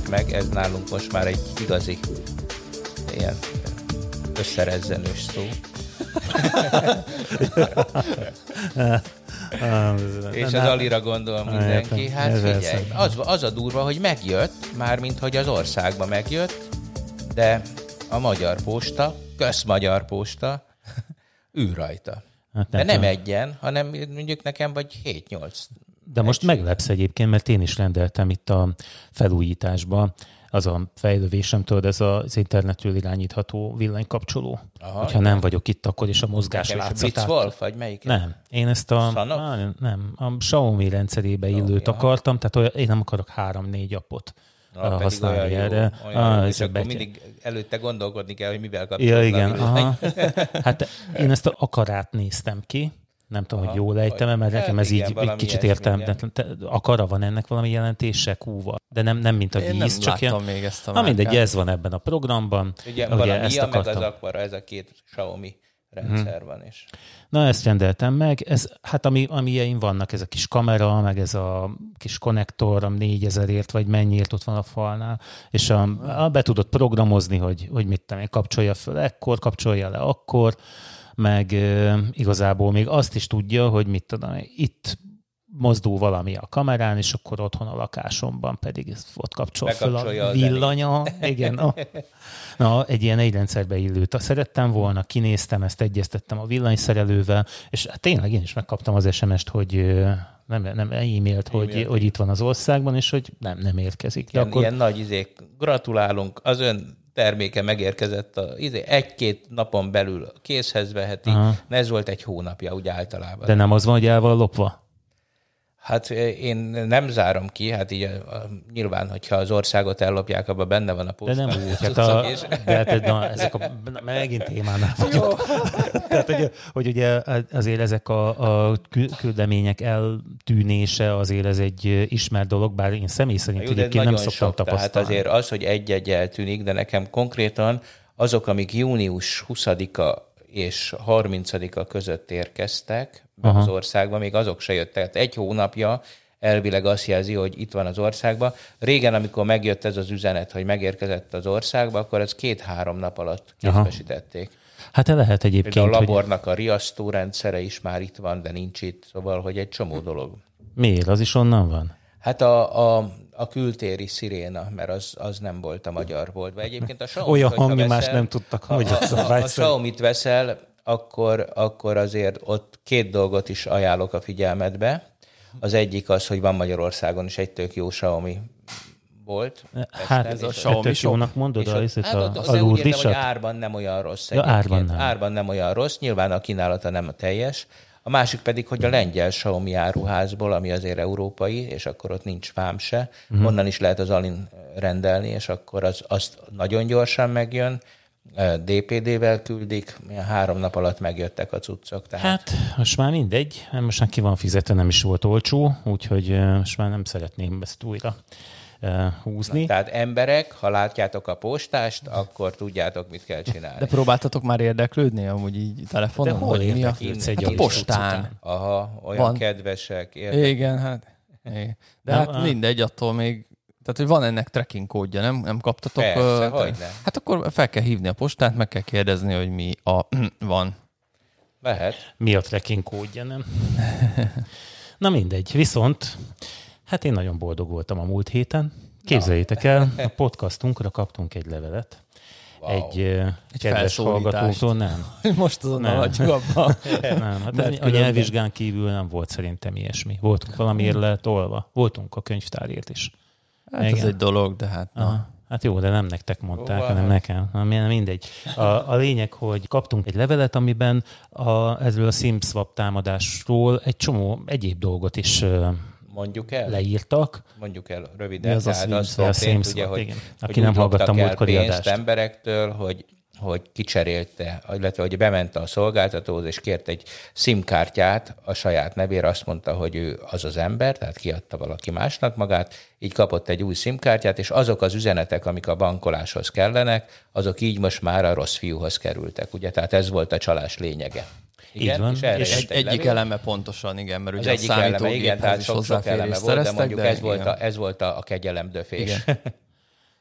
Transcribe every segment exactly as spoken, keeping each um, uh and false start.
jelenik meg, ez nálunk most már egy igazi ilyen összerezzenős szó. És az Alira gondol mindenki. Hát figyelj, az, az a durva, hogy megjött, mármint hogy az országba megjött, de a Magyar Posta, Kösz-Magyar Posta ül rajta. De nem egyen, hanem mondjuk nekem vagy hét-nyolc. De most meglepsz egyébként, mert én is rendeltem itt a felújításba. Az a fejlővésem, tudod, ez az internetről irányítható villanykapcsoló. Aha, hogyha nem vagyok itt, akkor is a mozgás látszatát. A Wolf, vagy melyiket? Nem. Én ezt a, á, nem, a Xiaomi rendszerébe illőt aha. akartam, tehát olyan, én nem akarok három-négy appot ah, használni erre. Jó, ah, és akkor betyek. Mindig előtte gondolkodni kell, hogy mivel kapcsolódni. Ja, igen. Aha. Hát én ezt a akarát néztem ki. Nem tudom, aha, hogy jól ejtem, mert nekem ez így egy kicsit értelmetlen. Akara van ennek valami jelentése kúva, de nem, nem mint a víz. Én nem csak ilyen, még ezt a na mindegy, ez van ebben a programban. Ugye, ugye van a Mia, meg az Aquara, ez a két Xiaomi rendszer hmm. van is. Na, ezt rendeltem meg. Ez, hát ami, amilyen vannak, ez a kis kamera, meg ez a kis konnektor, a négyezerért, vagy mennyiért ott van a falnál, és a, a, be tudod programozni, hogy, hogy mit tudom én, kapcsolja föl ekkor, kapcsolja le akkor, meg e, igazából még azt is tudja, hogy mit tudom, itt mozdul valami a kamerán, és akkor otthon a lakásomban pedig ott kapcsol föl a villanya. Igen, no. Na, egy ilyen egy rendszerbe illőt szerettem volna, kinéztem, ezt egyeztettem a villanyszerelővel, és hát tényleg én is megkaptam az es em es-t, hogy nem, nem e-mailt, hogy, hogy itt van az országban, és hogy nem, nem érkezik. Ilyen, akkor... ilyen nagy izék. Gratulálunk, az ön terméke megérkezett a, izé, egy-két napon belül készhez veheti. Aha. Ez volt egy hónapja, úgy általában. De nem az van, hogy el van lopva? Hát én nem zárom ki, hát így a, a, nyilván, hogyha az országot ellopják, abban benne van a posztán. De nem úgy, hát a, de hát, na, ezek a, na, megint témánál vagyok. Tehát, hogy, hogy ugye azért ezek a, a küldemények eltűnése azért ez egy ismert dolog, bár én személy szerint egyébként nem szoktam sok, tapasztalni. Tehát azért az, hogy egy-egy eltűnik, de nekem konkrétan azok, amik június huszadika és harmincadika között érkeztek be az országba, még azok se jöttek. Tehát egy hónapja elvileg azt jelzi, hogy itt van az országban. Régen, amikor megjött ez az üzenet, hogy megérkezett az országba, akkor ez két-három nap alatt kézbesítették. Hát lehet egyébként. Például a labornak hogy... a riasztórendszere is már itt van, de nincs itt. Szóval, hogy egy csomó dolog. Miért? Az is onnan van? Hát a... a A kültéri sziréna, mert az, az nem volt a magyar boltban. Egyébként a Xiaomi, olyan, ami veszel, más nem tudtak, hogy a, a, a, a Xiaomit veszel, akkor, akkor azért ott két dolgot is ajánlok a figyelmetbe. Az egyik az, hogy van Magyarországon is egy tök jó Xiaomi volt. Hát ez a Xiaomi jónak mondod, a, hát a, a, a, a úgy értem, hogy árban nem olyan rossz. Ja, árban nem. Árban nem olyan rossz. Nyilván a kínálata nem a teljes. A másik pedig, hogy a lengyel Xiaomi áruházból, ami azért európai, és akkor ott nincs vám se, mm. onnan is lehet az Alin rendelni, és akkor az, azt nagyon gyorsan megjön, dé pé dé-vel küldik, három nap alatt megjöttek a cuccok. Tehát... Hát most már mindegy, most már ki van fizetve, nem is volt olcsó, úgyhogy most már nem szeretném ezt újra húzni. Na, tehát emberek, ha látjátok a postást, akkor tudjátok, mit kell csinálni. De próbáltatok már érdeklődni amúgy így telefonon? De hol érdeklődsz egy hát a postán. Aha, olyan van. Kedvesek. Érdekli. Igen, hát. Igen. De nem, hát á... mindegy, attól még, tehát hogy van ennek tracking kódja, nem? Nem kaptatok? Persze, uh, hogyne. Hát akkor fel kell hívni a postát, meg kell kérdezni, hogy mi a van. Lehet. Mi a tracking kódja, nem? Na mindegy, viszont hát én nagyon boldog voltam a múlt héten. Képzeljétek el, a podcastunkra kaptunk egy levelet. Wow. Egy, egy kedves hallgatóktól, nem. Most azonnal hagyjuk abba. Nem, hát a, a nyelvvizsgán kívül nem volt szerintem ilyesmi. Voltunk valamiért lehet olva. Voltunk a könyvtárért is. Hát igen. Ez egy dolog, de hát... Na. Hát jó, de nem nektek mondták, oh, hanem nekem. Mindegy. A, a lényeg, hogy kaptunk egy levelet, amiben a, ezről a SIM-swap támadásról egy csomó egyéb dolgot is mondjuk el. leírtak. Mondjuk el röviden. Az tehát az történt, ugye, hogy, igen. Aki nem hallgatta múltkori adást. Emberektől, hogy, hogy kicserélte, illetve hogy bement a szolgáltatóhoz, és kért egy SIM-kártyát a saját nevére, azt mondta, hogy ő az az ember, tehát kiadta valaki másnak magát, így kapott egy új SIM-kártyát, és azok az üzenetek, amik a bankoláshoz kellenek, azok így most már a rossz fiúhoz kerültek, ugye? Tehát ez volt a csalás lényege. Igen, és, és egy, egyik levél. Eleme pontosan, igen, mert ugye az egyik eleme, igen, tehát sok, sok eleme volt, de mondjuk ez volt, a, ez volt a, a kegyelemdöfés.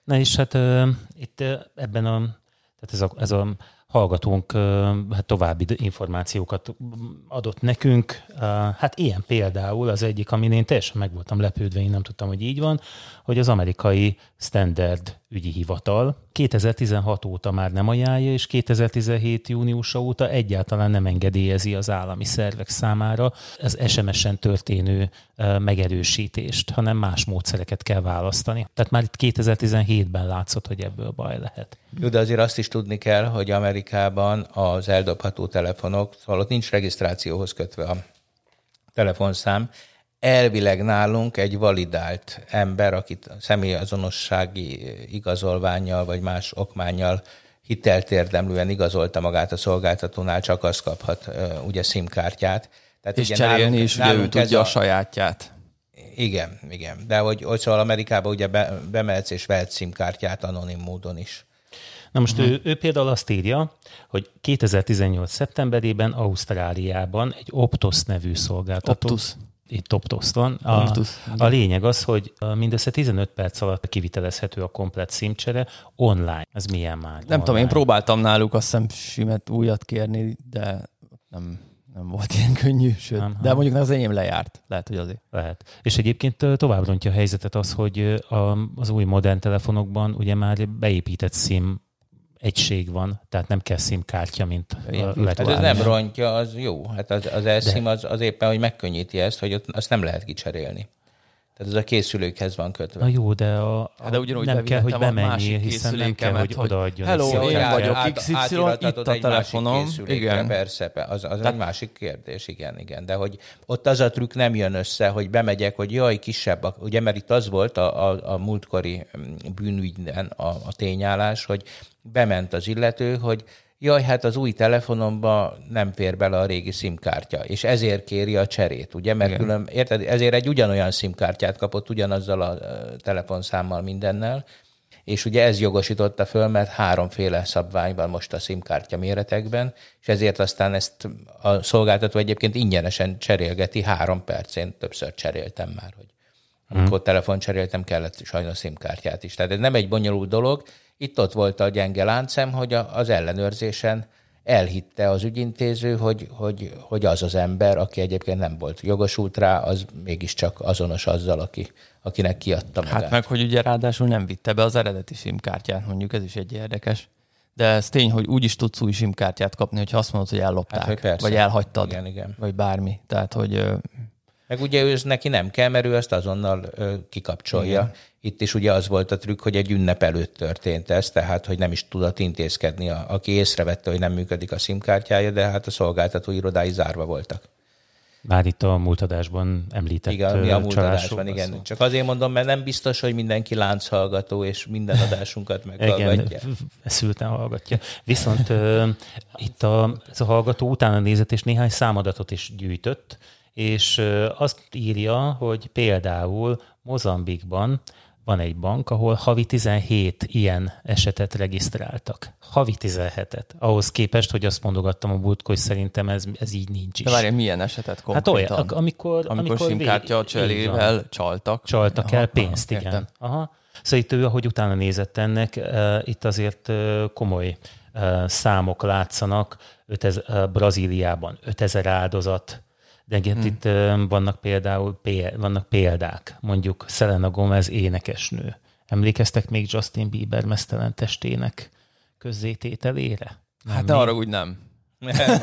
Na és hát uh, itt uh, ebben a, tehát ez a, ez a hallgatónk uh, hát további információkat adott nekünk. Uh, hát ilyen például az egyik, amin én teljesen meg voltam lepődve, én nem tudtam, hogy így van, hogy az amerikai Standard ügyi hivatal kétezer-tizenhat óta már nem ajánlja, és kétezer-tizenhét júniusa óta egyáltalán nem engedélyezi az állami szervek számára az es em es-en történő uh, megerősítést, hanem más módszereket kell választani. Tehát már itt kétezer-tizenhétben látszott, hogy ebből baj lehet. Jó, de azért azt is tudni kell, hogy Amerikában az eldobható telefonok, szóval ott nincs regisztrációhoz kötve a telefonszám. Elvileg nálunk egy validált ember, akit személyazonossági igazolvánnyal vagy más okmánnyal hitelt érdemlően igazolta magát a szolgáltatónál, csak az kaphat ugye SIM-kártyát. Tehát és ugye cserélni nálunk, is, ugye ő tudja a, a sajátját. Igen, igen. De hogy, hogy szóval Amerikában ugye be, bemehetsz és vehetsz SIM-kártyát anonim módon is. Na most uh-huh. ő, ő például azt írja, hogy kétezer-tizennyolc szeptemberében Ausztráliában egy Optus nevű szolgáltató. Optus. Itt Optus van. A, a lényeg az, hogy mindössze tizenöt perc alatt kivitelezhető a komplett SIM-csere online. Ez milyen már? Nem online? Tudom, én próbáltam náluk azt hiszem simet újat kérni, de nem, nem volt ilyen könnyű, sőt. Nem, de mondjuk az enyém lejárt. Lehet, hogy azért. Lehet. És egyébként tovább rontja a helyzetet az, hogy az új modern telefonokban ugye már beépített SIM egység van, tehát nem kell SIM-kártya, mint hát ez nem rontja, az jó. Hát az, az eSIM az, az éppen, hogy megkönnyíti ezt, hogy ott azt nem lehet kicserélni. Tehát ez a készülőkhez van kötve. Na jó, de, a, a, de ugyanúgy nem kell, hogy bemenjél, hiszen nem kell, hogy odaadjon. Hello, én vagyok iksz ipszilon, itt a telefonom. Igen. Persze, az, az egy másik kérdés, igen, igen. De hogy ott az a trükk nem jön össze, hogy bemegyek, hogy jaj, kisebb, ugye, mert itt az volt a, a, a múltkori bűnügyben a, a tényállás, hogy bement az illető, hogy jaj, hát az új telefonomba nem fér bele a régi SIM-kártya, és ezért kéri a cserét, ugye? Mert külön, érted? Ezért egy ugyanolyan SIM-kártyát kapott, ugyanazzal a telefonszámmal, mindennel, és ugye ez jogosította föl, mert háromféle szabvány van most a SIM-kártya méretekben, és ezért aztán ezt a szolgáltató egyébként ingyenesen cserélgeti, három percén többször cseréltem már, hogy amikor hmm. telefon cseréltem, kellett sajnos SIM-kártyát is. Tehát ez nem egy bonyolult dolog. Itt ott volt a gyenge láncszem, hogy az ellenőrzésen elhitte az ügyintéző, hogy, hogy, hogy az az ember, aki egyébként nem volt jogosult rá, az mégiscsak azonos azzal, aki, akinek kiadta magát. Hát meg, hogy ugye ráadásul nem vitte be az eredeti SIM-kártyát, mondjuk ez is egy érdekes. De ez tény, hogy úgy is tudsz új SIM-kártyát kapni, hogyha azt mondod, hogy ellopták, hát, hogy persze, vagy elhagytad, igen, igen. vagy bármi. Tehát, hogy... Meg ugye ő neki nem kell, mert ő azt azonnal ö, kikapcsolja. Igen. Itt is ugye az volt a trükk, hogy egy ünnep előtt történt ez, tehát hogy nem is tudott intézkedni, a, aki észrevette, hogy nem működik a SIM-kártyája, de hát a szolgáltató irodái zárva voltak. Már itt a múlt adásban említett igen, mi a múlt adásban, igen. Szó. Csak azért mondom, mert nem biztos, hogy mindenki lánchallgató, és minden adásunkat meghallgatja. Igen, feszülten hallgatja. Viszont uh, itt a, ez a hallgató utána nézett, és néhány számadatot is gyűjtött, és azt írja, hogy például Mozambikban van egy bank, ahol havi tizenhét ilyen esetet regisztráltak. Havi tizenhetet. Ahhoz képest, hogy azt mondogattam a múltkor, hogy szerintem ez, ez így nincs is. De várjál, milyen esetet konkrétan? Hát olyan, amikor... Amikor, amikor SIM-kártya cserével csaltak. Csaltak el pénzt, aha, igen. Aha. Szóval itt ő, ahogy utána nézett ennek, uh, itt azért uh, komoly uh, számok látszanak. ötezer, uh, Brazíliában ötezer áldozat, de hmm. itt vannak például vannak példák, mondjuk Selena Gomez énekesnő. Emlékeztek még Justin Bieber meztelen testének közzétételére? Hát ne arra úgy nem. Nem,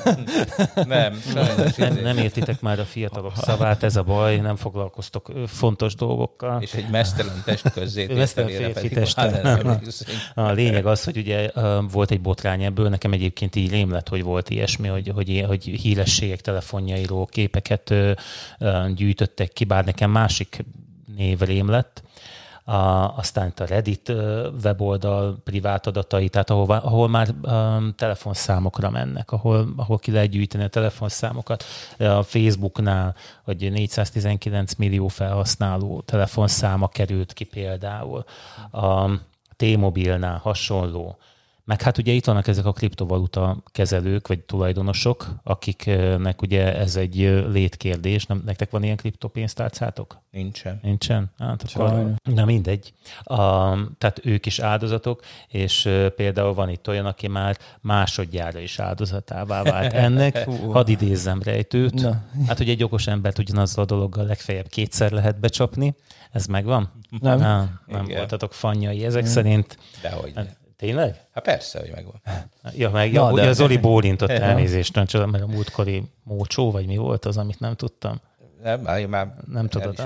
nem, nem, nem értitek már a fiatalok szavát, ez a baj, nem foglalkoztok fontos dolgokkal. És egy mesztelen test közzétételére pedig a lényeg az, hogy ugye volt egy botrány ebből, nekem egyébként így rém lett, hogy volt ilyesmi, hogy, hogy, hogy hírességek telefonjairól képeket gyűjtöttek ki, bár nekem másik név rém lett. A, aztán a Reddit weboldal privát adatai, tehát ahol, ahol már um, telefonszámokra mennek, ahol, ahol ki lehet gyűjteni a telefonszámokat. A Facebooknál, hogy négyszáztizenkilenc millió felhasználó telefonszáma került ki például. A T-Mobilnál hasonló. Meg hát ugye itt vannak ezek a kriptovaluta kezelők, vagy tulajdonosok, akiknek ugye ez egy létkérdés. Nem, nektek van ilyen kriptopénztárcátok? Nincsen. Nincsen? Hát akkor, na mindegy. A, tehát ők is áldozatok, és például van itt olyan, aki már másodjára is áldozatává vált ennek. Hadd idézzem Rejtőt. Na. Hát ugye egy okos embert ugyanazzal a dologgal legfeljebb kétszer lehet becsapni. Ez megvan? Nem. Na, nem voltatok fannyai ezek szerint. Dehogy. Hát, tényleg? Hát persze, hogy megvan. Ja, meg ja, ugye az Zoli bólintott elnézést, nem csak, mert a múltkori mócsó, vagy mi volt az, amit nem tudtam? Nem, már nem tudod.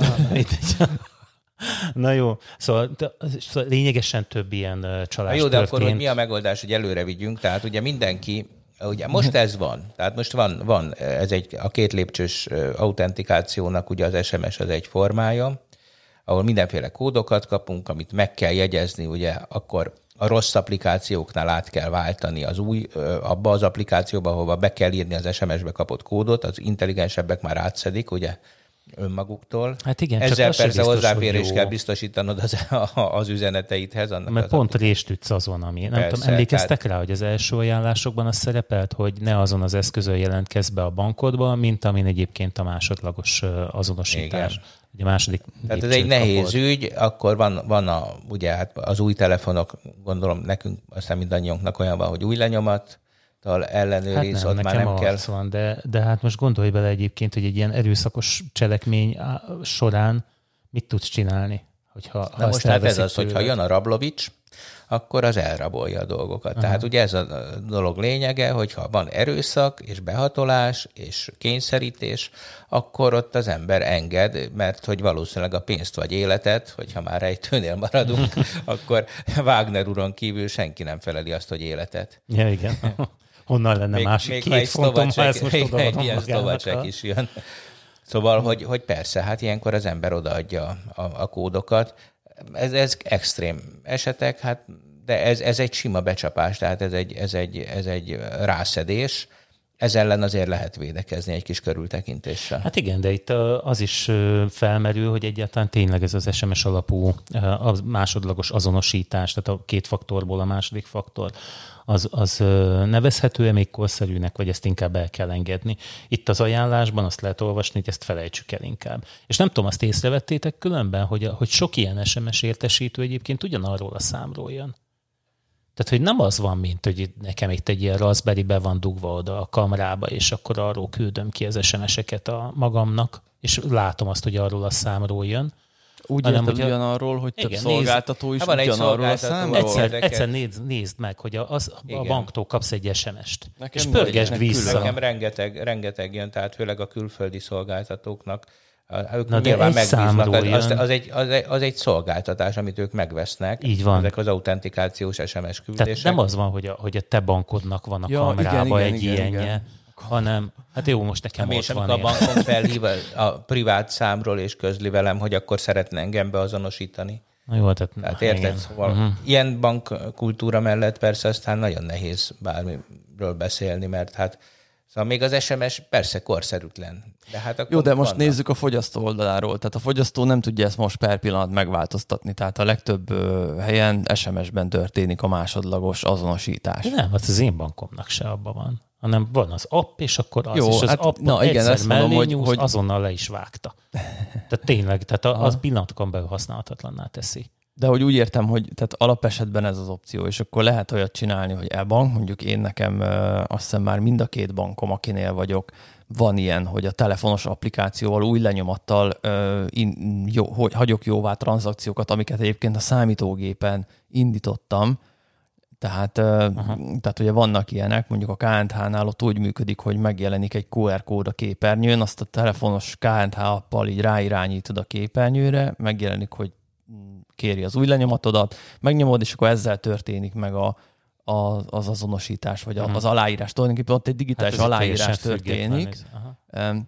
Na jó, szóval, szóval lényegesen több ilyen csalás jó, de történt. akkor hogy mi a megoldás, hogy előre vigyünk? Tehát ugye mindenki, ugye most ez van, tehát most van, van ez egy, a két lépcsős autentikációnak ugye az es em es az egy formája, ahol mindenféle kódokat kapunk, amit meg kell jegyezni, ugye akkor a rossz applikációknál át kell váltani az új, abba az applikációba, ahova be kell írni az es em es-be kapott kódot, az intelligensebbek már átszedik, ugye, önmaguktól. Hát igen, ezzel csak persze hozzáférés kell biztosítanod az, az üzeneteidhez. Annak mert az pont részt ütsz azon, ami... Nem persze, tudom, emlékeztek tehát... rá, hogy az első ajánlásokban az szerepelt, hogy ne azon az eszközön jelentkezz be a bankodba, mint amin egyébként a másodlagos azonosítás. Igen. Ugye a második tehát ez egy nehéz kapott. Ügy, akkor van, van a, ugye hát az új telefonok, gondolom nekünk, aztán mindannyiunknak olyan van, hogy új lenyomat, ellenőriz, hát nem, ott már nem kell. Van, de, de hát most gondolj bele egyébként, hogy egy ilyen erőszakos cselekmény során mit tudsz csinálni? Hogyha, Na ha most hát ez az, hogyha jön a Rablovics, akkor az elrabolja a dolgokat. Aha. Tehát ugye ez a dolog lényege, hogyha van erőszak és behatolás és kényszerítés, akkor ott az ember enged, mert hogy valószínűleg a pénzt vagy életet, hogyha már Rejtőnél maradunk, akkor Wagner uron kívül senki nem feleli azt, hogy életet. Ja, igen. Honnan lenne még, másik még két fontom, ha ezt most odaadom ilyen szlovacsek is jön. Szóval, hogy, hogy persze, hát ilyenkor az ember odaadja a, a kódokat. Ez, ez extrém esetek, hát, de ez, ez egy sima becsapás, tehát ez egy, ez, egy, ez egy rászedés. Ez ellen azért lehet védekezni egy kis körültekintéssel. Hát igen, de itt az is felmerül, hogy egyáltalán tényleg ez az es em es alapú a másodlagos azonosítás, tehát a két faktorból a második faktor, az, az nevezhető-e még korszerűnek, vagy ezt inkább el kell engedni. Itt az ajánlásban azt lehet olvasni, hogy ezt felejtsük el inkább. És nem tudom, azt észrevettétek különben, hogy, hogy sok ilyen es em es értesítő egyébként ugyanarról a számról jön. Tehát, hogy nem az van, mint hogy nekem itt egy ilyen Raspberry be van dugva oda a kamrába, és akkor arról küldöm ki az es em es-eket a magamnak, és látom azt, hogy arról a számról jön. Úgy hanem, érted ugyanarról, hogy több igen, szolgáltató is hát ugyanarról a számról? Egyszer, egyszer nézd, nézd meg, hogy az, a banktól kapsz egy es em es-t, nekem és pörgesd vissza. Nekem rengeteg, rengeteg jön, tehát főleg a külföldi szolgáltatóknak. Ők Na nyilván megbíznak. Az, az, egy, az, egy, az egy szolgáltatás, amit ők megvesznek. Így van. Ezek az autentikációs es em es küldések. Tehát nem az van, hogy a, hogy a te bankodnak van a ja, kamerába igen, egy igen, ilyenje, igen. hanem, hát jó, most nekem ott van. A bankon felhív a privát számról és közli velem, hogy akkor szeretne engem beazonosítani. Na jó, tehát, tehát érted? Szóval uh-huh. ilyen bankkultúra mellett persze aztán nagyon nehéz bármiről beszélni, mert hát szóval még az es em es persze korszerűtlen. De hát jó, de most vannak. Nézzük a fogyasztó oldaláról. Tehát a fogyasztó nem tudja ezt most per pillanat megváltoztatni. Tehát a legtöbb helyen es em es-ben történik a másodlagos azonosítás. De nem, az az én bankomnak se abban van. Hanem van az app, és akkor az. Jó, és az hát, app na, igen, egyszer mellé mondom, hogy, nyúlsz, hogy... azonnal le is vágta. Tehát tényleg, tehát az pillanatokon belül használhatatlanná teszi. De hogy úgy értem, hogy tehát alapesetben ez az opció, és akkor lehet olyat csinálni, hogy e-bank, mondjuk én nekem azt hiszem már mind a két bankom, akinél vagyok, van ilyen, hogy a telefonos applikációval, új lenyomattal ö, in, jó, hogy hagyok jóvá tranzakciókat, amiket egyébként a számítógépen indítottam. Tehát, ö, tehát ugye vannak ilyenek, mondjuk a ká en há-nál ott úgy működik, hogy megjelenik egy kú er kód a képernyőn, azt a telefonos ká en há appal így ráirányítod a képernyőre, megjelenik, hogy kéri az új lenyomatodat, megnyomod, és akkor ezzel történik meg a, a, az azonosítás, vagy a, az aláírás. Tulajdonképpen ott egy digitális hát aláírás történik.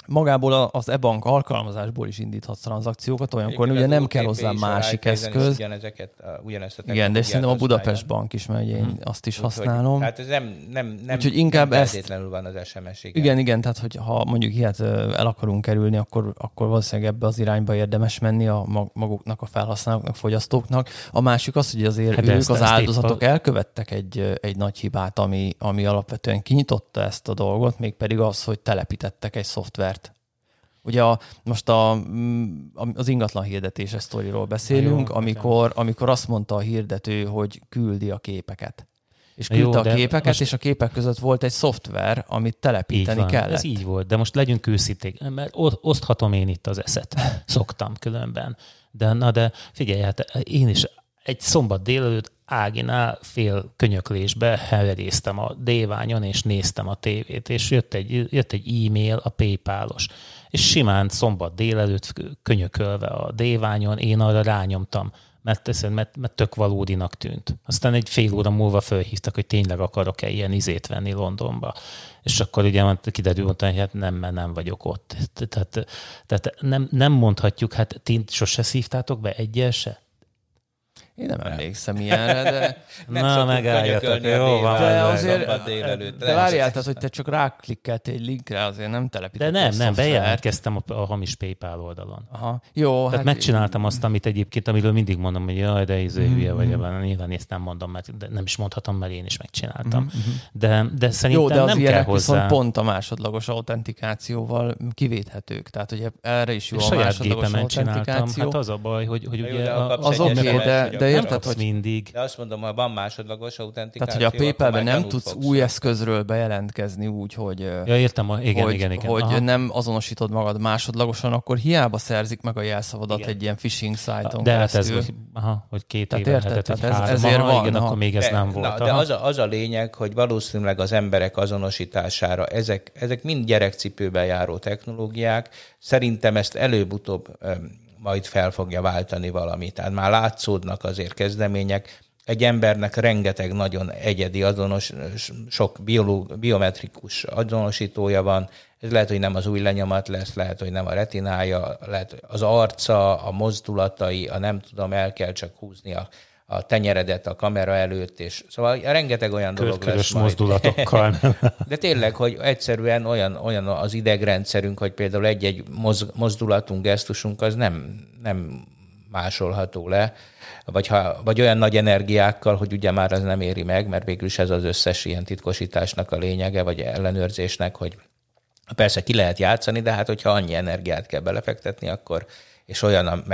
magából az e-bank alkalmazásból is indíthatsz tranzakciókat, olyankor ugye nem kell hozzá másik eszköz. Igen, de szerintem a Budapest Bank is, mert én azt is használom. Tehát ez nem, nem, nem, Úgyhogy inkább nem ezt, feltétlenül van az es em es. Igen, igen, igen, tehát hogy ha mondjuk ilyet el akarunk kerülni, akkor, akkor valószínűleg ebbe az irányba érdemes menni a maguknak, a felhasználóknak, fogyasztóknak. A másik az, hogy azért hát ők ezt, az ezt áldozatok elkövettek egy, egy nagy hibát, ami, ami alapvetően kinyitotta ezt a dolgot, mégpedig az, hogy telepítettek egy szoftvert. Ugye a, most a, az ingatlan hirdetéses sztoriról beszélünk, jó, amikor, amikor azt mondta a hirdető, hogy küldi a képeket. És küldte jó, a képeket, most... és a képek között volt egy szoftver, amit telepíteni kellett. Ez így volt, de most legyünk őszinték, mert oszthatom én itt az eszet. Szoktam különben. De, na de figyelj, hát én is egy szombat délelőtt Áginál fél könyöklésbe heveréztem a déványon, és néztem a tévét, és jött egy, jött egy e-mail a PayPal-os. És simán szombat délelőtt könyökölve a déványon én arra rányomtam, mert, mert, mert tök valódinak tűnt. Aztán egy fél óra múlva fölhívtak, hogy tényleg akarok-e ilyen izét venni Londonba. És akkor ugye kiderült, hogy hát nem, mert nem vagyok ott. Tehát, tehát nem, nem mondhatjuk, hát ti sose szívtátok be egyel se? Én nem emlékszem ilyenre, de... Na, megálljatok, jó van. De azért, de várjál, tehát, hogy te csak ráklikkeltél egy linkre, azért nem telepítettél. De nem, nem, bejelentkeztem a, a hamis PayPal oldalon. Aha, jó. Tehát hát megcsináltam azt, amit egyébként, amiről mindig mondom, hogy jaj, de izé mm-hmm. hülye vagy, nyilván ezt nem mondom, mert nem is mondhatom, mert én is megcsináltam. Mm-hmm. De, de szerintem jó, de az nem kell hozzá. Viszont pont a másodlagos autentikációval kivéthetők. Tehát, ugye erre is jó a, a másodlagos autentikáció. Hát az a baj, hogy, hogy ugye az oké, de de érted, hogy mindig. De azt mondom, ha van másodlagos autentikáció, tehát, hogy a PayPal-ben nem tudsz új eszközről bejelentkezni úgy, hogy, ja, értem, igen, hogy, igen, igen. hogy nem azonosítod magad másodlagosan, akkor hiába szerzik meg a jelszavadat igen. egy ilyen phishing szájton de hát ez, hogy, aha, hogy két tehát éve érted, lehetett, hogy ez, három. ezért aha, van. Igen, ha. akkor még ez de, nem volt. Na, de az a, az a lényeg, hogy valószínűleg az emberek azonosítására ezek, ezek mind gyerekcipőben járó technológiák. Szerintem ezt előbb-utóbb majd fel fogja váltani valami. Tehát már látszódnak azért kezdemények. Egy embernek rengeteg nagyon egyedi azonos, sok biológ, biometrikus azonosítója van. Ez lehet, hogy nem az új lenyomat lesz, lehet, hogy nem a retinája, lehet az arca, a mozdulatai, a nem tudom, el kell csak húzni a, a tenyeredet a kamera előtt, és szóval rengeteg olyan dolog Körkörös lesz majd. mozdulatokkal. De tényleg, hogy egyszerűen olyan, olyan az idegrendszerünk, hogy például egy-egy mozdulatunk, gesztusunk az nem, nem másolható le, vagy, ha, vagy olyan nagy energiákkal, hogy ugye már az nem éri meg, mert végül is ez az összes ilyen titkosításnak a lényege, vagy ellenőrzésnek, hogy persze ki lehet játszani, de hát hogyha annyi energiát kell belefektetni, akkor, és olyan a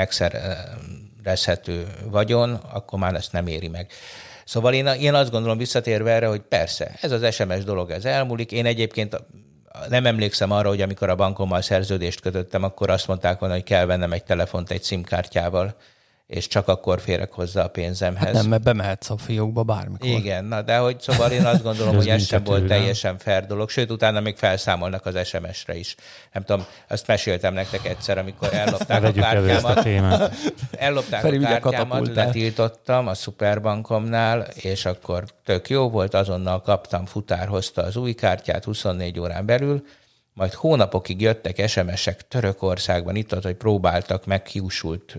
megszerezhető vagyon, akkor már ezt nem éri meg. Szóval én, én azt gondolom visszatérve erre, hogy persze, ez az es em es dolog, ez elmúlik. Én egyébként nem emlékszem arra, hogy amikor a bankommal szerződést kötöttem, akkor azt mondták volna, hogy kell vennem egy telefont egy SIM-kártyával, és csak akkor férek hozzá a pénzemhez. Hát nem, mert bemehetsz a fiókba bármikor. Igen, na de hogy szóval én azt gondolom, hogy ez sem volt teljesen fair dolog, sőt utána még felszámolnak az es em es-re is. Nem tudom, azt meséltem nektek egyszer, amikor ellopták a kártyámat. Ellopták a kártyámat, letiltottam a Superbankomnál, és akkor tök jó volt, azonnal kaptam, futár hozta az új kártyát huszonnégy órán belül, majd hónapokig jöttek es em es-ek Törökországban, itt ott, hogy próbáltak meghiúsult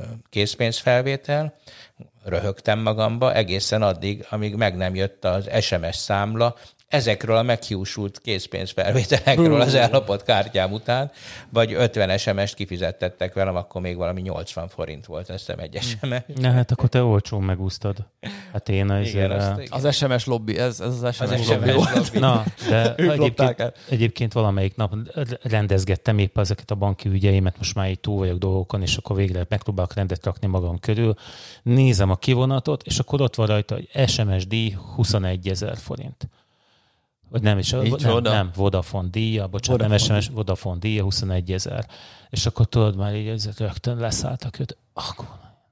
készpénzfelvétel, röhögtem magamba egészen addig, amíg meg nem jött az es em es számla, ezekről a meghiúsult készpénzfelvételekről az ellopott kártyám után, vagy ötven es em es-t kifizettettek velem, akkor még valami nyolcvan forint volt, azt hiszem egy es em es. Na hát akkor te olcsón megúsztad. Hát én az... Igen, az, a... az es em es lobby, ez, ez az es em es, az lobby. lobby. Na, de egyébként, egyébként valamelyik nap rendezgettem épp ezeket a banki ügyeimet, most már így túl vagyok dolgokon, és akkor végre megpróbálok rendet rakni magam körül. Nézem a kivonatot, és akkor ott van rajta, hogy es em es díj huszonegyezer forint. Vagy nem is, nem, nem, Vodafone díja, bocsánat, Vodafone. nem es em es, Vodafone díja huszonegyezer. És akkor tudod, már így rögtön leszálltak őt. Akkor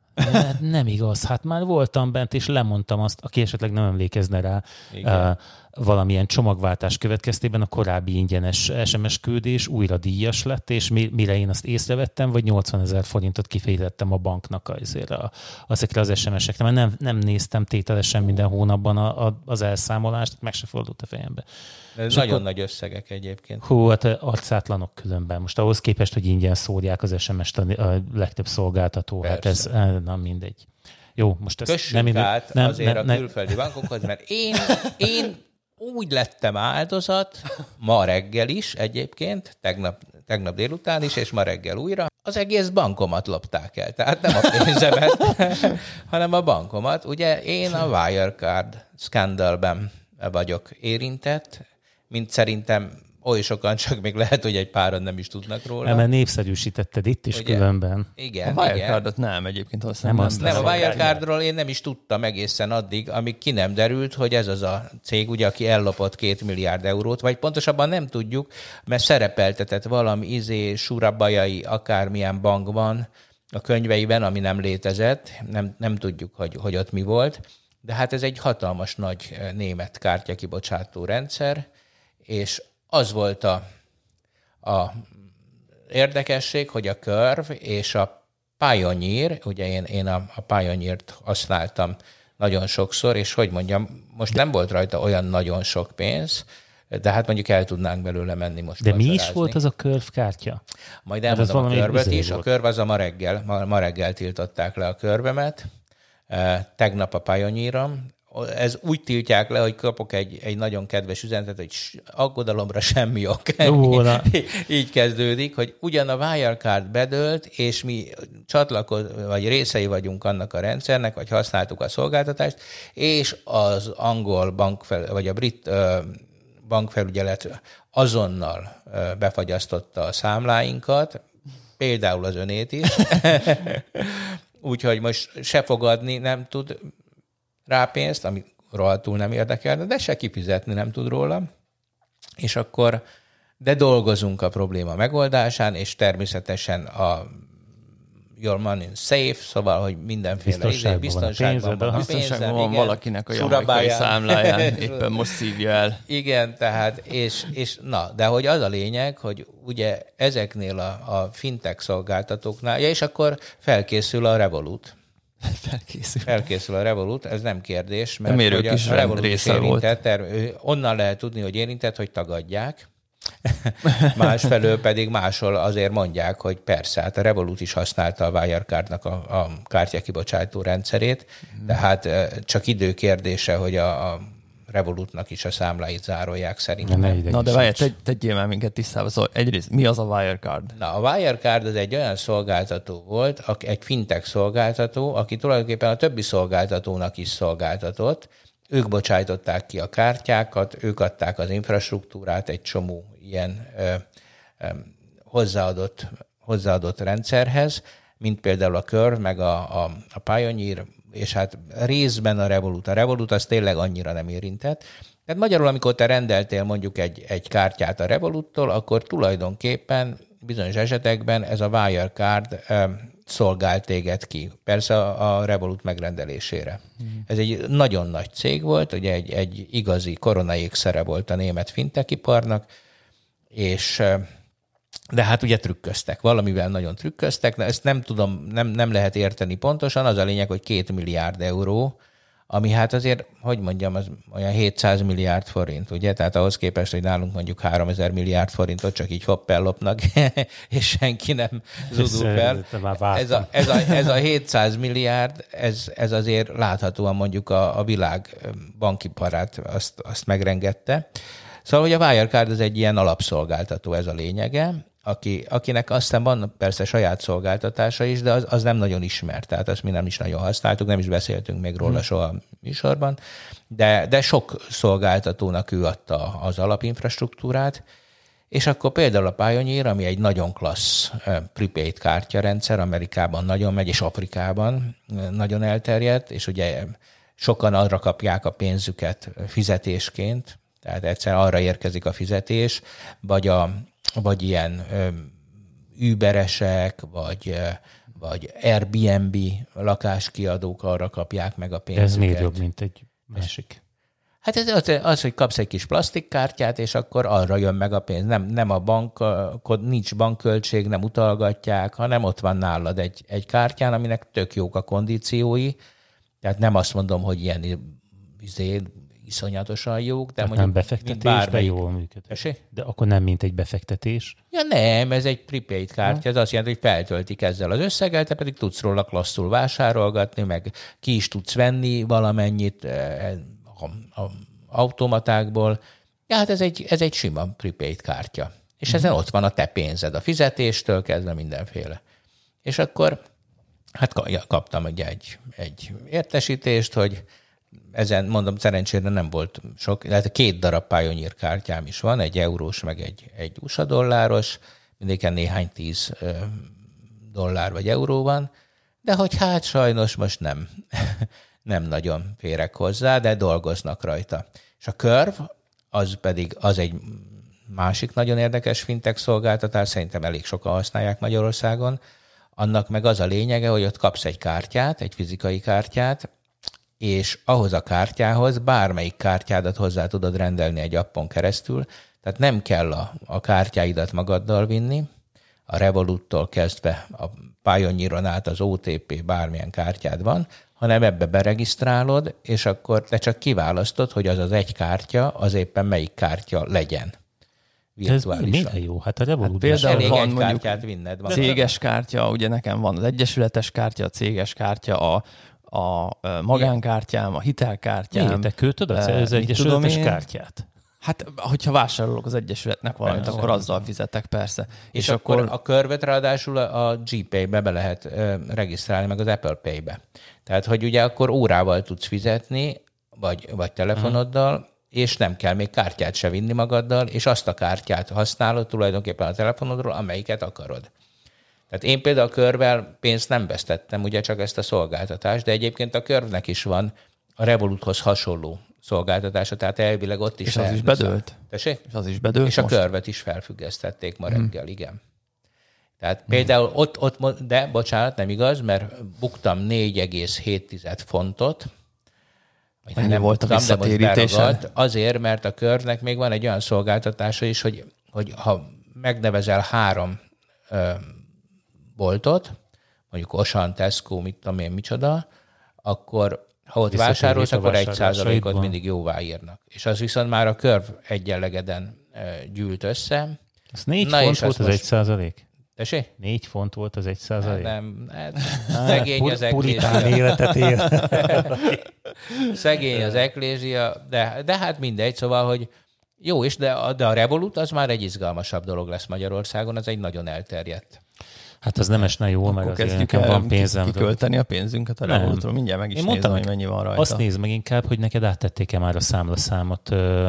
nem igaz, hát már voltam bent, és lemondtam azt, aki esetleg nem emlékezne rá. Uh, valamilyen csomagváltás következtében a korábbi ingyenes es em es küldés újra díjas lett, és mire én azt észrevettem, vagy nyolcvanezer forintot kifejtettem a banknak azért a, azokra az es em esekre, mert nem, nem néztem tételesen minden hónapban a, a, az elszámolást, meg se fordult a fejembe. Ez nagyon akkor, nagy összegek egyébként. Hú, hát arcátlanok különben. Most ahhoz képest, hogy ingyen szórják az es em est a, a legtöbb szolgáltató, persze. Hát ez nem mindegy. Jó, most ezt Kössük nem át nem, azért nem, a nem. külföldi bankokhoz, mert én, én úgy lettem áldozat, ma reggel is egyébként, tegnap, tegnap délután is, és ma reggel újra, az egész bankomat lopták el. Tehát nem a pénzemet, hanem a bankomat. Ugye én a Wirecard scandalben vagyok érintett, mint szerintem oly sokan, csak még lehet, hogy egy páran nem is tudnak róla. Nem, mert népszerűsítetted itt is ugye? Különben. Igen, a Wirecardot nem egyébként. Azt nem, nem, azt nem, a Wirecardról én nem is tudtam egészen addig, amíg ki nem derült, hogy ez az a cég, ugye, aki ellopott két milliárd eurót, vagy pontosabban nem tudjuk, mert szerepeltetett valami izé, surabajai akármilyen bankban a könyveiben, ami nem létezett, nem, nem tudjuk, hogy, hogy ott mi volt, de hát ez egy hatalmas nagy német kártyakibocsátó rendszer, és az volt a, a érdekesség, hogy a Curve és a Pioneer, ugye én, én a, a Pioneert használtam nagyon sokszor, és hogy mondjam, most nem volt rajta olyan nagyon sok pénz, de hát mondjuk el tudnánk belőle menni most. De mi is volt az a Curve kártya? Majd elmondom a Curve-öt is. A Curve az a ma reggel, ma, ma reggel tiltották le a Curve-emet, tegnap a Pioneerom. Ez úgy tiltják le, hogy kapok egy, egy nagyon kedves üzenetet, hogy aggodalomra semmi ok. Így kezdődik, hogy ugyan a Wirecard bedőlt, és mi csatlakoz, vagy részei vagyunk annak a rendszernek, vagy használtuk a szolgáltatást, és az angol bankfel, vagy a brit uh, bankfelügyelet azonnal uh, befagyasztotta a számláinkat, például az önét is. Úgyhogy most se fogadni nem tud rá pénzt, ami rohadtul nem érdekelne, de se kifizetni nem tud róla. És akkor, de dolgozunk a probléma megoldásán, és természetesen a your money safe, szóval, hogy mindenféle biztonságban, biztonságban van, a biztonságban van valakinek a jamaikai számláján, éppen most szívja el. Igen, tehát, és, és na, de hogy az a lényeg, hogy ugye ezeknél a, a fintech szolgáltatóknál, ja, és akkor felkészül a Revolut. Felkészül. Felkészül a Revolut, ez nem kérdés, mert hogy hogy a, a Revolut is érintett, volt. Onnan lehet tudni, hogy érintett, hogy tagadják. Másfelől pedig máshol azért mondják, hogy persze, hát a Revolut is használta a Wirecardnak a, a kártyakibocsátó rendszerét, de hát csak idő kérdése, hogy a, a Revolutnak is a számláit zárolják szerintem. Na, Na de várj, tegy, tegyél már minket tisztába. Szóval egyrészt, mi az a Wirecard? Na, a Wirecard az egy olyan szolgáltató volt, egy fintech szolgáltató, aki tulajdonképpen a többi szolgáltatónak is szolgáltatott. Ők bocsájtották ki a kártyákat, ők adták az infrastruktúrát egy csomó ilyen ö, ö, hozzáadott, hozzáadott rendszerhez, mint például a Curve, meg a, a, a Pioneer, és hát részben a Revolut. A Revolut az tényleg annyira nem érintett. Tehát magyarul, amikor te rendeltél mondjuk egy, egy kártyát a Revoluttól, akkor tulajdonképpen bizonyos esetekben ez a Wirecard ö, szolgál téged ki. Persze a, a Revolut megrendelésére. Mm. Ez egy nagyon nagy cég volt, ugye egy, egy igazi koronaékszere volt a német fintechiparnak, és de hát ugye trükköztek, valamivel nagyon trükköztek, ezt nem tudom, nem, nem lehet érteni pontosan, az a lényeg, hogy két milliárd euró, ami hát azért, hogy mondjam, az olyan hétszáz milliárd forint, ugye? Tehát ahhoz képest, hogy nálunk mondjuk háromezer milliárd forintot csak így hopp ellopnak, és senki nem zudul fel. Ez a, ez, a, ez a hétszáz milliárd, ez, ez azért láthatóan mondjuk a, a világ bankiparát azt, azt megrengette. Szóval, hogy a Wirecard az egy ilyen alapszolgáltató, ez a lényege, aki, akinek aztán van persze saját szolgáltatása is, de az, az nem nagyon ismert, tehát azt mi nem is nagyon használtuk, nem is beszéltünk még róla soha a műsorban, de, de sok szolgáltatónak ő adta az alapinfrastruktúrát, és akkor például a Pioneer, ami egy nagyon klassz prepaid kártyarendszer, Amerikában nagyon megy, és Afrikában nagyon elterjedt, és ugye sokan arra kapják a pénzüket fizetésként, tehát egyszerűen arra érkezik a fizetés, vagy, a, vagy ilyen ö, Uberesek, vagy, ö, vagy Airbnb lakáskiadók arra kapják meg a pénzüket. Ez miért jobb, mint egy másik? Hát ez az, az, hogy kapsz egy kis plastikkártyát, és akkor arra jön meg a pénz. Nem, nem a bank, nincs bankköltség, nem utalgatják, hanem ott van nálad egy, egy kártyán, aminek tök jók a kondíciói. Tehát nem azt mondom, hogy ilyen izé, iszonyatosan jók, de Tehát mondjuk... nem befektetésben jól működik. De akkor nem mint egy befektetés? Ja nem, ez egy prepaid kártya, ez azt jelenti, hogy feltöltik ezzel az összeggel, te pedig tudsz róla klasszul vásárolgatni, meg ki is tudsz venni valamennyit a, a automatákból. Ja, hát ez egy, ez egy sima prepaid kártya. És ezen ott van a te pénzed, a fizetéstől kezdve mindenféle. És akkor hát kaptam ugye egy, egy értesítést, hogy ezen, mondom, szerencsére nem volt sok, tehát két darab Pioneer kártyám is van, egy eurós, meg egy, egy u es á dolláros, mindéken néhány tíz dollár vagy euró van, de hogy hát sajnos most nem, nem nagyon férek hozzá, de dolgoznak rajta. És a Curve, az pedig az egy másik nagyon érdekes fintech szolgáltatás, szerintem elég sokan használják Magyarországon, annak meg az a lényege, hogy ott kapsz egy kártyát, egy fizikai kártyát, és ahhoz a kártyához bármelyik kártyádat hozzá tudod rendelni egy appon keresztül, tehát nem kell a, a kártyáidat magaddal vinni, a Revoluttól kezdve a Pioneeron át az o té pé bármilyen kártyád van, hanem ebbe beregisztrálod, és akkor te csak kiválasztod, hogy az az egy kártya, az éppen melyik kártya legyen. Virtuálisan. Ez minden jó? Hát a Revolut hát például elég van egy mondjuk kártyát vinned. Van. Céges kártya, ugye nekem van az egyesületes kártya, a céges kártya, a a magánkártyám, a hitelkártyám. Miért? Te költöd az, az egyesületes kártyát? Hát, hogyha vásárolok az egyesületnek valamit, persze, akkor azzal fizetek, persze. És, és akkor, akkor a Curve-et ráadásul a G-Pay-be be lehet uh, regisztrálni, meg az Apple Pay-be. Tehát, hogy ugye akkor órával tudsz fizetni, vagy, vagy telefonoddal, hmm. és nem kell még kártyát se vinni magaddal, és azt a kártyát használod tulajdonképpen a telefonodról, amelyiket akarod. Tehát én például a Curve-vel pénzt nem vesztettem, ugye csak ezt a szolgáltatást, de egyébként a Curve-nek is van a Revoluthoz hasonló szolgáltatása, tehát elvileg ott is... És az is bedőlt. Tessék? És az is bedőlt És most? a Curve-et is felfüggesztették ma reggel, hmm. igen. Tehát hmm. például ott, ott, de bocsánat, nem igaz, mert buktam négy egész hét fontot, vagy nem volt a visszatérítése? Azért, mert a Curve-nek még van egy olyan szolgáltatása is, hogy, hogy ha megnevezel három ö, boltot, mondjuk Osan, Tesco, mit tudom én, micsoda, akkor ha ott vásárolsz, akkor egy százalékot mindig jóvá írnak. És az viszont már a Curve egyenlegeden gyűlt össze. Az négy Na font volt az egy százalék? Tessék? Négy font volt az egy százalék? Nem, hát szegény az eklézia. Puritán életet él. Szegény az eklézia, de, de hát mindegy, szóval, hogy jó is, de a, de a Revolut az már egy izgalmasabb dolog lesz Magyarországon, az egy nagyon elterjedt. Hát az nem esne jól, mert akkor azért nekem van pénzem. Kikölteni a pénzünket a Revolutról, mindjárt meg is nézem, hogy mennyi van rajta. Azt nézd meg inkább, hogy neked áttették-e már a számlaszámot,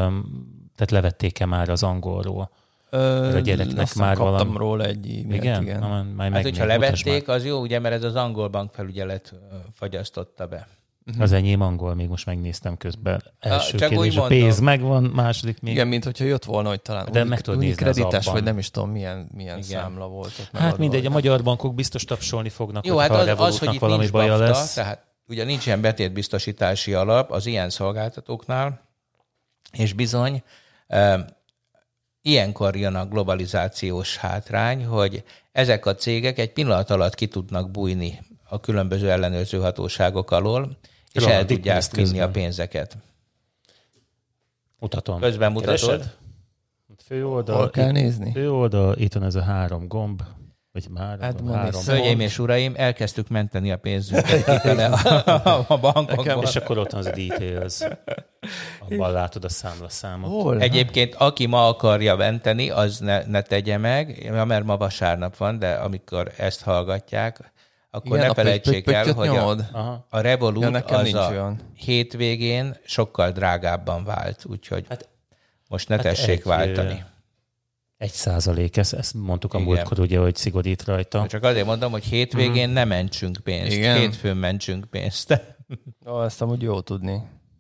tehát levették-e már az angolról. Ö, a gyereknek már kaptam valami... róla egy e-mailt, igen. igen. Na, majd hát, hogyha levették, az jó, ugye, mert ez az angol bankfelügyelet fagyasztotta be. Uh-huh. Az enyém angol, még most megnéztem közben. Első Csak kérdés, a pénz megvan, második még. Igen, mint hogyha jött volna, hogy talán de meg tudod nézni kredites, vagy nem is tudom, milyen, milyen számla volt. Hát mindegy, a magyar bankok biztos tapsolni fognak, jó, hát az, az, hogy itt valami nincs baja bafta, lesz. Tehát ugye nincsen betétbiztosítási alap az ilyen szolgáltatóknál, és bizony e, ilyenkor jön a globalizációs hátrány, hogy ezek a cégek egy pillanat alatt ki tudnak bújni a különböző ellenőrző hatóságok alól, és el tudják vinni a pénzeket. Mutatom. Közben mutatod. Fő oldal, hol kell nézni? Fő oldal, itt van ez a három gomb. Vagy három, hát három Hölgyeim és uraim, elkezdtük menteni a pénzünket kitele a, a bankokból. És akkor ott van az a details. Abban látod a számlaszámot. Hol? Egyébként, aki ma akarja menteni, az ne, ne tegye meg, mert ma vasárnap van, de amikor ezt hallgatják, akkor igen, ne felejtsék el, hogy a, a Revolut ja, az a olyan. hétvégén sokkal drágábban vált, úgyhogy hát, most ne hát tessék egy, váltani. Egy százalék, ezt, ezt mondtuk a múltkor, ugye, hogy szigorít rajta. Csak azért mondom, hogy hétvégén uh-huh. ne mentsünk pénzt, igen. hétfőn mentsünk pénzt. Ó, ezt amúgy jó tudni.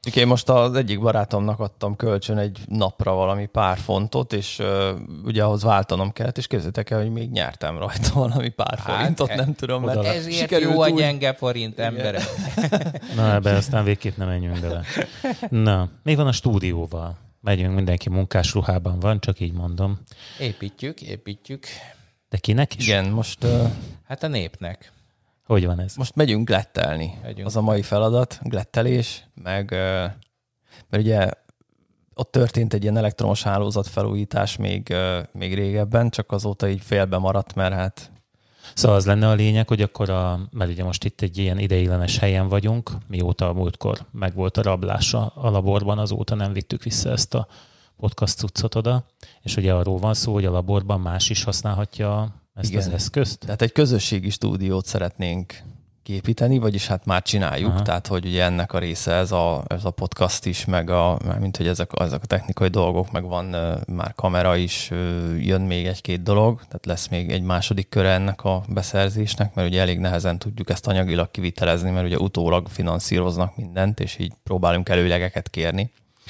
Én most az egyik barátomnak adtam kölcsön egy napra valami pár fontot, és uh, ugye ahhoz váltanom kellett, és képzeljétek el, hogy még nyertem rajta valami pár hát, forintot, nem tudom, mert ezért jó a gyenge forint, emberek. Na, ebben aztán végképp nem menjünk bele. Na, mi van a stúdióval? Megyünk, mindenki munkás ruhában van, csak így mondom. Építjük, építjük. De kinek is? Igen, most... Uh, hát a népnek. Hogy van ez? Most megyünk glettelni. Megyünk. Az a mai feladat, glettelés, meg mert ugye ott történt egy ilyen elektromos hálózat felújítás még, még régebben, csak azóta így félbe maradt, mert hát... Szóval az lenne a lényeg, hogy akkor, a, mert ugye most itt egy ilyen ideiglenes helyen vagyunk, mióta a múltkor megvolt a rablása a laborban, azóta nem vittük vissza ezt a podcast cuccot oda, és ugye arról van szó, hogy a laborban más is használhatja ezt Igen. az eszközt. Tehát egy közösségi stúdiót szeretnénk képíteni, vagyis hát már csináljuk, Aha. tehát hogy ugye ennek a része ez a, ez a podcast is, meg a, mint hogy ezek, ezek a technikai dolgok, meg van uh, már kamera is, uh, jön még egy-két dolog, tehát lesz még egy második köre ennek a beszerzésnek, mert ugye elég nehezen tudjuk ezt anyagilag kivitelezni, mert ugye utólag finanszíroznak mindent, és így próbálunk előlegeket kérni.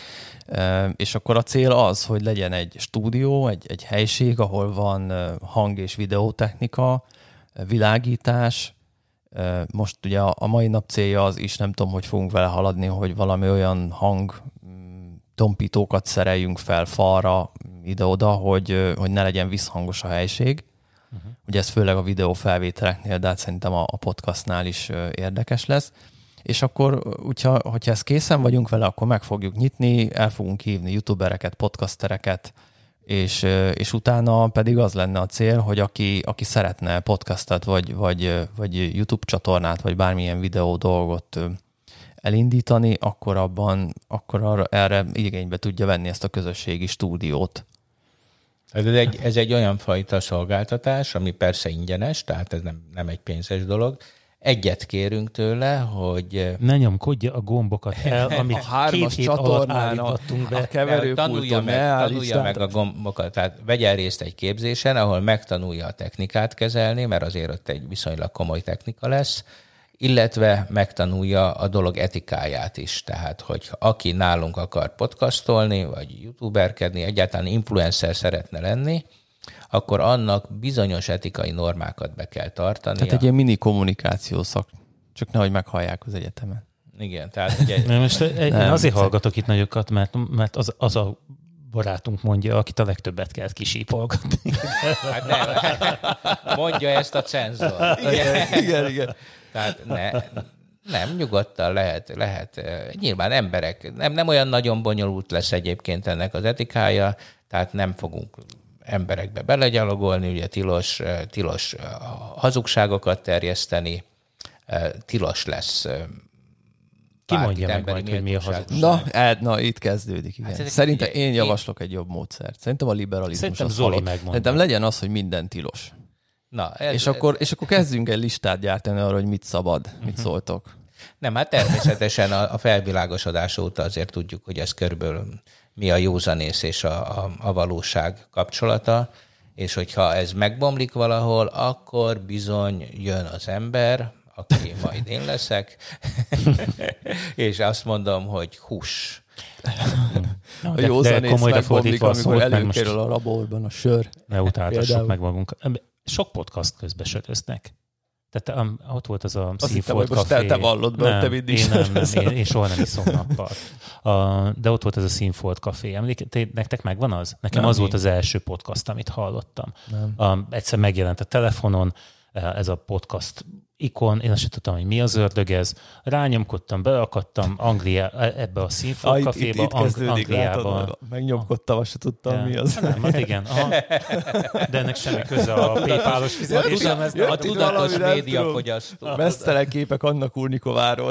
Uh, és akkor a cél az, hogy legyen egy stúdió, egy, egy helység, ahol van uh, hang- és videótechnika, uh, világítás. Uh, most ugye a, a mai nap célja az is, nem tudom, hogy fogunk vele haladni, hogy valami olyan hang um, tompítókat szereljünk fel falra ide-oda, hogy, uh, hogy ne legyen visszhangos a helység. Uh-huh. Ugye ez főleg a videó felvételeknél, de hát szerintem a, a podcastnál is uh, érdekes lesz. És akkor, hogyha, hogyha ezt készen vagyunk vele, akkor meg fogjuk nyitni, el fogunk hívni youtubereket, podcastereket, és, és utána pedig az lenne a cél, hogy aki, aki szeretne podcastet, vagy, vagy, vagy YouTube csatornát, vagy bármilyen videó dolgot elindítani, akkor abban, akkor arra, erre igénybe tudja venni ezt a közösségi stúdiót. Ez egy, ez egy olyan fajta szolgáltatás, ami persze ingyenes, tehát ez nem, nem egy pénzes dolog. Egyet kérünk tőle, hogy... Ne nyomkodja a gombokat el, amit a két hét alatt állítottunk be. A keverőpulton ne tanulja meg a gombokat. Tehát vegyen részt egy képzésen, ahol megtanulja a technikát kezelni, mert azért ott egy viszonylag komoly technika lesz, illetve megtanulja a dolog etikáját is. Tehát, hogy aki nálunk akar podcastolni, vagy youtuberkedni, egyáltalán influencer szeretne lenni, akkor annak bizonyos etikai normákat be kell tartani. Tehát egy ilyen mini kommunikáció szak, csak nehogy meghallják az egyetemen. Igen, tehát ugye... Nem, most én nem, azért nem. hallgatok itt nagyokat, mert, mert az, az a barátunk mondja, akit a legtöbbet kell kisípolgatni. Hát nem, mondja ezt a cenzor. Igen, igen, igen. Tehát ne, nem, nyugodtan lehet, lehet. Nyilván emberek, nem, nem olyan nagyon bonyolult lesz egyébként ennek az etikája, tehát nem fogunk emberekbe belegyalogolni, ugye tilos, tilos hazugságokat terjeszteni, tilos lesz. Ki mondja meg majd, hogy mi a hazugság? Na, el, na itt kezdődik. Igen. Hát Szerintem én javaslok egy jobb módszert. Szerintem a liberalizmus. Szerintem Zoli megmondja. Szerintem legyen az, hogy minden tilos. Na, ez, és, akkor, és akkor kezdjünk egy listát gyártani arra, hogy mit szabad, uh-huh. mit szóltok. Nem, hát természetesen a, a felvilágosodás óta azért tudjuk, hogy ez körülbelül mi a józanész és a, a, a valóság kapcsolata, és hogyha ez megbomlik valahol, akkor bizony jön az ember, aki majd én leszek, és azt mondom, hogy hús. No, a józanész megbomlik, amikor előkerül a laborban a sör. Ne utáltassuk meg magunk. Sok podcast közben söröznek. Tehát um, ott volt az a Színfolt Café. Azt te vallod be, te mindig én, nem, nem, én, én soha nem iszom nappal. Uh, de ott volt az a Színfolt Café. Emlékeztek, nektek megvan az? Nekem nem, az én. volt az első podcast, amit hallottam. Um, egyszer megjelent a telefonon ez a podcast ikon, én azt sem tudtam, hogy mi az ördög ez. Rányomkodtam, beakadtam Anglia, ebbe a Színfolt Caféba, itt, itt Ang- Angliába. Megnyomkodtam, azt sem tudtam, ja. mi az. Nem, hát igen. Aha. De ennek semmi köze a PayPal-os fizetésem. A tudatos médiafogyasztó. Mesztelen képek Anna Kurnikováról.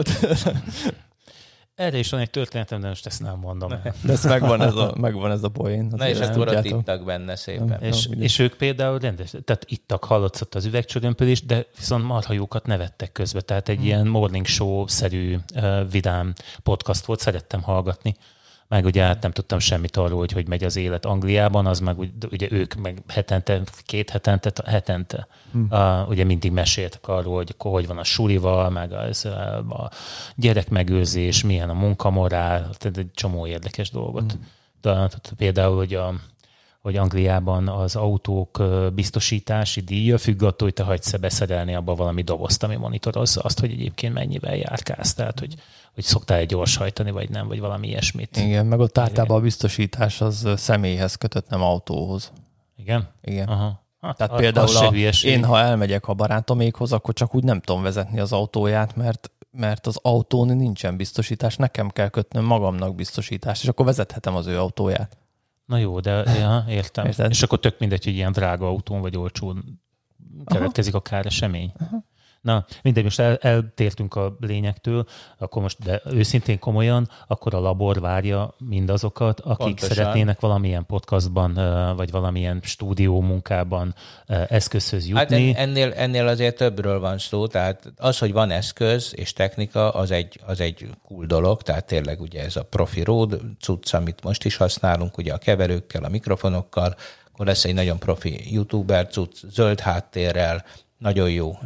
Erre is van egy történetem, de most ezt nem mondom el. De ez megvan ez a, megvan ez a poén. Na és akkor ott ittak benne szépen. Nem, és, nem, és ők például rendes, tehát ittak, hallatszott az üvegcsörömpölés, de viszont marhajókat nevettek közbe. Tehát egy hmm. ilyen morning show-szerű uh, vidám podcast volt, szerettem hallgatni. meg ugye hát nem tudtam semmit arról, hogy hogy megy az élet Angliában, az meg ugye ők meg hetente, két hetente, hetente hmm. uh, ugye mindig meséltek arról, hogy hogy van a sulival, meg az, a gyerekmegőrzés, milyen a munkamorál, tehát egy csomó érdekes dolgot. Hmm. De, például, hogy a hogy Angliában az autók biztosítási díja függ attól, hogy te hagysz beszerelni abba valami dobozt, ami monitorozza azt, hogy egyébként mennyivel járkálsz. Tehát, hogy, hogy szoktál-e gyorshajtani, vagy nem, vagy valami ilyesmit. Igen, meg ott általában a biztosítás az személyhez kötött, nem autóhoz. Igen? Igen. Aha. Hát, Tehát például a, a, én, ha elmegyek a barátomékhoz, akkor csak úgy nem tudom vezetni az autóját, mert mert az autón nincsen biztosítás, nekem kell kötnöm magamnak biztosítást, és akkor vezethetem az ő autóját. Na jó, de ja, értem. Érted? És akkor tök mindegy, hogy ilyen drága autón vagy olcsón keletkezik a káresemény. Aha. Na, mindegy, most el, eltértünk a lényektől, akkor most, de őszintén komolyan, akkor a labor várja mindazokat, akik Pontosan. szeretnének valamilyen podcastban, vagy valamilyen stúdió munkában eszközhöz jutni. Hát ennél, ennél azért többről van szó, tehát az, hogy van eszköz és technika, az egy, az egy cool dolog, tehát tényleg ugye ez a profi Rode cucc, amit most is használunk, ugye a keverőkkel, a mikrofonokkal, akkor lesz egy nagyon profi youtuber cucc, zöld háttérrel, nagyon jó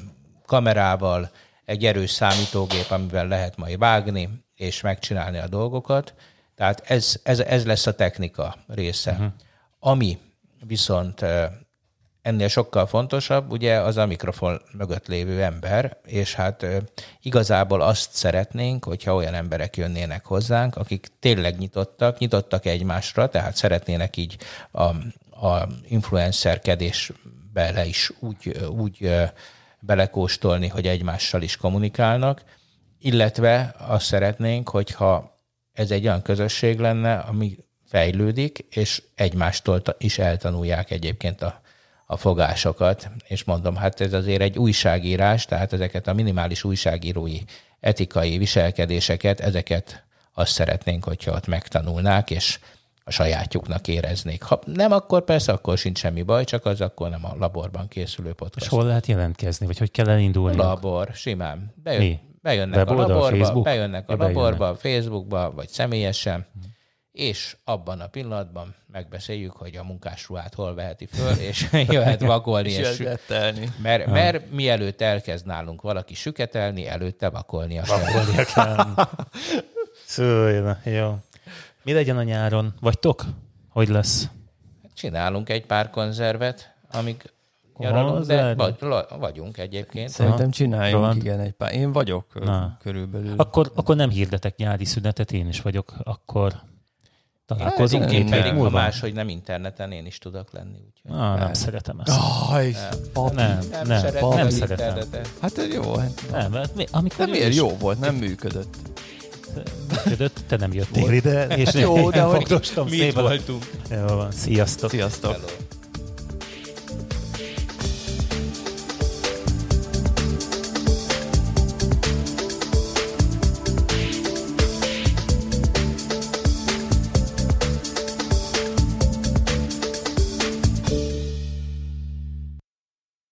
kamerával, egy erős számítógép, amivel lehet majd vágni, és megcsinálni a dolgokat. Tehát ez, ez, ez lesz a technika része. Uh-huh. Ami viszont ennél sokkal fontosabb, ugye az a mikrofon mögött lévő ember, és hát igazából azt szeretnénk, hogyha olyan emberek jönnének hozzánk, akik tényleg nyitottak, nyitottak egymásra, tehát szeretnének így a, a influencerkedésbe le is úgy, úgy belekóstolni, hogy egymással is kommunikálnak, illetve azt szeretnénk, hogyha ez egy olyan közösség lenne, ami fejlődik, és egymástól is eltanulják egyébként a, a fogásokat. És mondom, hát ez azért egy újságírás, tehát ezeket a minimális újságírói etikai viselkedéseket, ezeket azt szeretnénk, hogyha ott megtanulnák, és a sajátjuknak éreznék. Ha nem, akkor persze, akkor sincs semmi baj, csak az akkor nem a laborban készülő podcast. És hol lehet jelentkezni, vagy hogy kell elindulni? Labor, simán. Bejön, Mi? Bejönnek Weboldal, a laborba, Facebook? bejönnek a Ja, laborba, bejönnek. Facebookba, vagy személyesen, hmm. és abban a pillanatban megbeszéljük, hogy a munkásruhát hol veheti föl, és jöhet vakolni. és és mert, mert mielőtt elkezd nálunk valaki süketelni, előtte vakolnia kell. Vakolnia kell. Szóval, jó. Mi legyen a nyáron? Vagytok? Hogy lesz? Csinálunk egy pár konzervet, amíg nyaralunk, de vagy, vagyunk egyébként. Szerintem csináljunk, Roland. igen, egy pár. Én vagyok Na. körülbelül. Akkor, akkor nem hirdetek nyári szünetet, én is vagyok, akkor találkozunk hát, két én hét pedig, ha múlva. más, hogy nem interneten, én is tudok lenni. Úgyhogy. Ah, nem szeretem ezt. Aj, Nem, nem, Nem, nem, szeretem nem az szeretem. internetet. hát jó. Hát, Nem, mert mi- amikor nem ő miért is jó volt, nem működött. működött, te nem jöttél ide, és Jó, de én hogy fogdostam Mit szépen. voltunk? Jó van, sziasztok. Sziasztok. Hello.